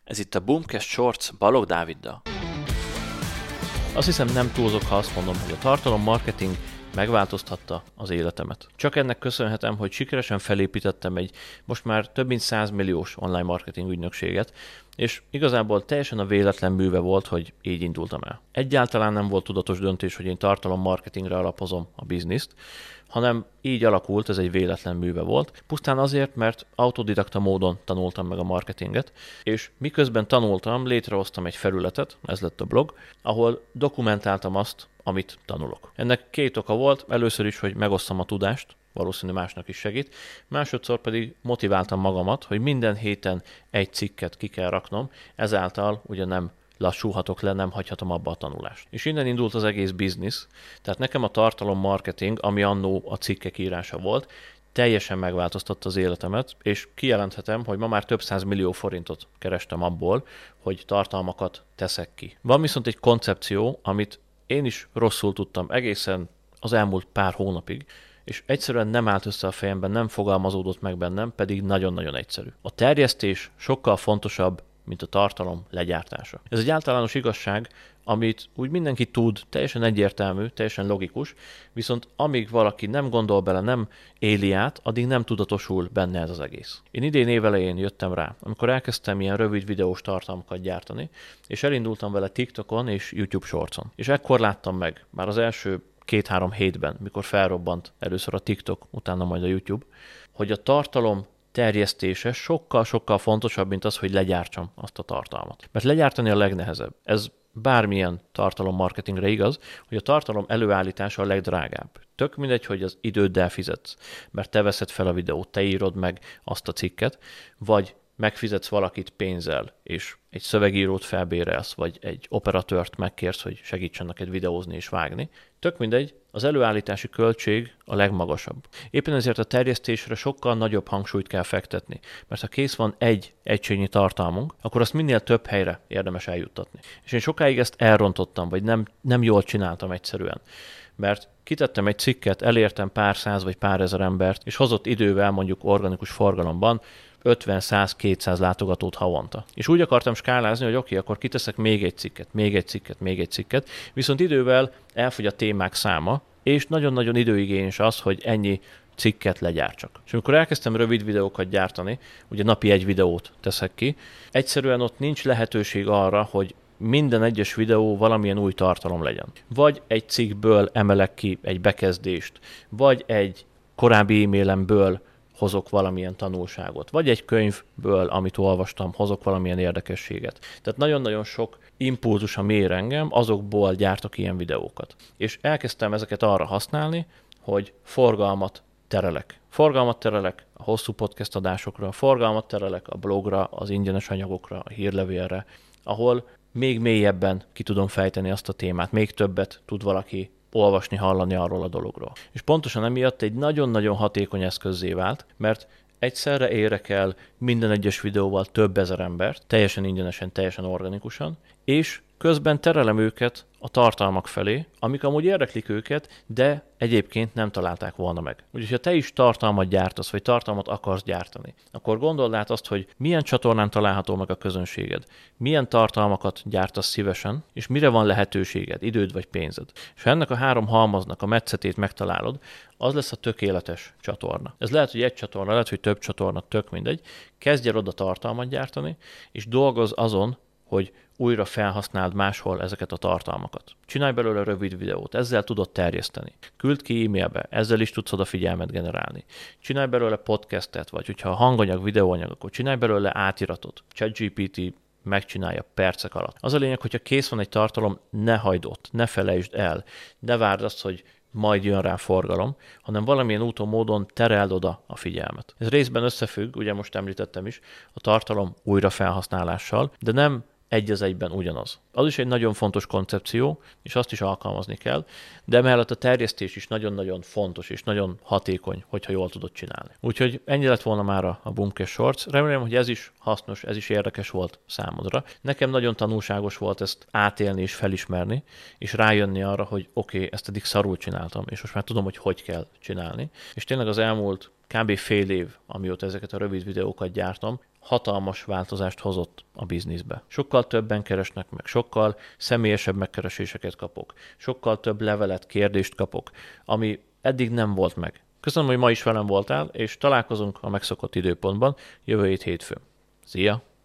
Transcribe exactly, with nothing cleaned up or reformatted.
Ez itt a Boomcast Shorts Balogh Dáviddal. Azt hiszem, nem túlzok, ha azt mondom, hogy a tartalommarketing megváltoztatta az életemet. Csak ennek köszönhetem, hogy sikeresen felépítettem egy most már több mint száz milliós online marketing ügynökséget, és igazából teljesen a véletlen műve volt, hogy így indultam el. Egyáltalán nem volt tudatos döntés, hogy én tartalommarketingre alapozom a bizniszt, hanem így alakult, ez egy véletlen műve volt, pusztán azért, mert autodidakta módon tanultam meg a marketinget, és miközben tanultam, létrehoztam egy felületet, ez lett a blog, ahol dokumentáltam azt, amit tanulok. Ennek két oka volt, először is, hogy megosszam a tudást, valószínű másnak is segít, másodszor pedig motiváltam magamat, hogy minden héten egy cikket ki kell raknom, ezáltal ugye nem lassulhatok le, nem hagyhatom abba a tanulást. És innen indult az egész biznisz, tehát nekem a tartalommarketing, ami annó a cikkek írása volt, teljesen megváltoztatta az életemet, és kijelenthetem, hogy ma már több száz millió forintot kerestem abból, hogy tartalmakat teszek ki. Van viszont egy koncepció, amit én is rosszul tudtam egészen az elmúlt pár hónapig, és egyszerűen nem állt össze a fejemben, nem fogalmazódott meg bennem, pedig nagyon-nagyon egyszerű. A terjesztés sokkal fontosabb, mint a tartalom legyártása. Ez egy általános igazság, amit úgy mindenki tud, teljesen egyértelmű, teljesen logikus, viszont amíg valaki nem gondol bele, nem éli át, addig nem tudatosul benne ez az egész. Én idén évelején jöttem rá, amikor elkezdtem ilyen rövid videós tartalmakat gyártani, és elindultam vele TikTokon és YouTube Shortson. És ekkor láttam meg, már az első két-három hétben, mikor felrobbant először a TikTok, utána majd a YouTube, hogy a tartalom terjesztése sokkal-sokkal fontosabb, mint az, hogy legyártsam azt a tartalmat. Mert legyártani a legnehezebb. Ez bármilyen tartalommarketingre igaz, hogy a tartalom előállítása a legdrágább. Tök mindegy, hogy az időddel fizetsz, mert te veszed fel a videót, te írod meg azt a cikket, vagy megfizetsz valakit pénzzel, és egy szövegírót felbérelsz, vagy egy operatőrt megkérsz, hogy segítsen neked videózni és vágni. Tök mindegy, az előállítási költség a legmagasabb. Éppen ezért a terjesztésre sokkal nagyobb hangsúlyt kell fektetni, mert ha kész van egy egységnyi tartalmunk, akkor azt minél több helyre érdemes eljuttatni. És én sokáig ezt elrontottam, vagy nem, nem jól csináltam egyszerűen. Mert kitettem egy cikket, elértem pár száz vagy pár ezer embert, és hozott idővel mondjuk organikus forgalomban ötven, száz, kétszáz látogatót havonta. És úgy akartam skálázni, hogy oké, okay, akkor kiteszek még egy cikket, még egy cikket, még egy cikket, viszont idővel elfogy a témák száma, és nagyon-nagyon időigényes az, hogy ennyi cikket legyártsak. És amikor elkezdtem rövid videókat gyártani, ugye napi egy videót teszek ki, egyszerűen ott nincs lehetőség arra, hogy minden egyes videó valamilyen új tartalom legyen. Vagy egy cikkből emelek ki egy bekezdést, vagy egy korábbi e-mailemből hozok valamilyen tanulságot, vagy egy könyvből, amit olvastam, hozok valamilyen érdekességet. Tehát nagyon-nagyon sok impulzus, ami ér engem, azokból gyártok ilyen videókat. És elkezdtem ezeket arra használni, hogy forgalmat terelek. Forgalmat terelek a hosszú podcast adásokra, forgalmat terelek a blogra, az ingyenes anyagokra, a hírlevélre, ahol még mélyebben ki tudom fejteni azt a témát, még többet tud valaki olvasni, hallani arról a dologról. És pontosan emiatt egy nagyon-nagyon hatékony eszközzé vált, mert egyszerre érek el minden egyes videóval több ezer embert, teljesen ingyenesen, teljesen organikusan, és közben terelem őket a tartalmak felé, amik amúgy érdeklik őket, de egyébként nem találták volna meg. Úgyhogy ha te is tartalmat gyártasz, vagy tartalmat akarsz gyártani, akkor gondold át azt, hogy milyen csatornán található meg a közönséged, milyen tartalmakat gyártasz szívesen, és mire van lehetőséged, időd vagy pénzed. És ha ennek a három halmaznak a metszetét megtalálod, az lesz a tökéletes csatorna. Ez lehet, hogy egy csatorna, lehet, hogy több csatorna, tök mindegy. Kezdj el oda tartalmat gyártani, és dolgozz azon, hogy újra felhasználd máshol ezeket a tartalmakat. Csinálj belőle rövid videót, ezzel tudod terjeszteni. Küld ki e-mailbe, ezzel is tudsz oda figyelmet generálni. Csinálj belőle podcastet, vagy hogyha hanganyag, videóanyag, akkor csinálj belőle átiratot. ChatGPT megcsinálja percek alatt. Az a lényeg, hogyha kész van egy tartalom, ne hagyd ott, ne felejtsd el, ne várd azt, hogy majd jön rá forgalom, hanem valamilyen úton, módon tereld oda a figyelmet. Ez részben összefügg, ugye most említettem is, a tartalom újrafelhasználással, de nem egy az egyben ugyanaz. Az is egy nagyon fontos koncepció, és azt is alkalmazni kell, de emellett a terjesztés is nagyon-nagyon fontos és nagyon hatékony, hogyha jól tudod csinálni. Úgyhogy ennyi lett volna már a Boomcast Shorts. Remélem, hogy ez is hasznos, ez is érdekes volt számodra. Nekem nagyon tanulságos volt ezt átélni és felismerni, és rájönni arra, hogy oké, okay, ezt eddig szarul csináltam, és most már tudom, hogy hogy kell csinálni. És tényleg az elmúlt kb. Fél év, amióta ezeket a rövid videókat gyártom, hatalmas változást hozott a bizniszbe. Sokkal többen keresnek meg, sokkal személyesebb megkereséseket kapok, sokkal több levelet, kérdést kapok, ami eddig nem volt meg. Köszönöm, hogy ma is velem voltál, és találkozunk a megszokott időpontban jövő hét hétfőn. Szia!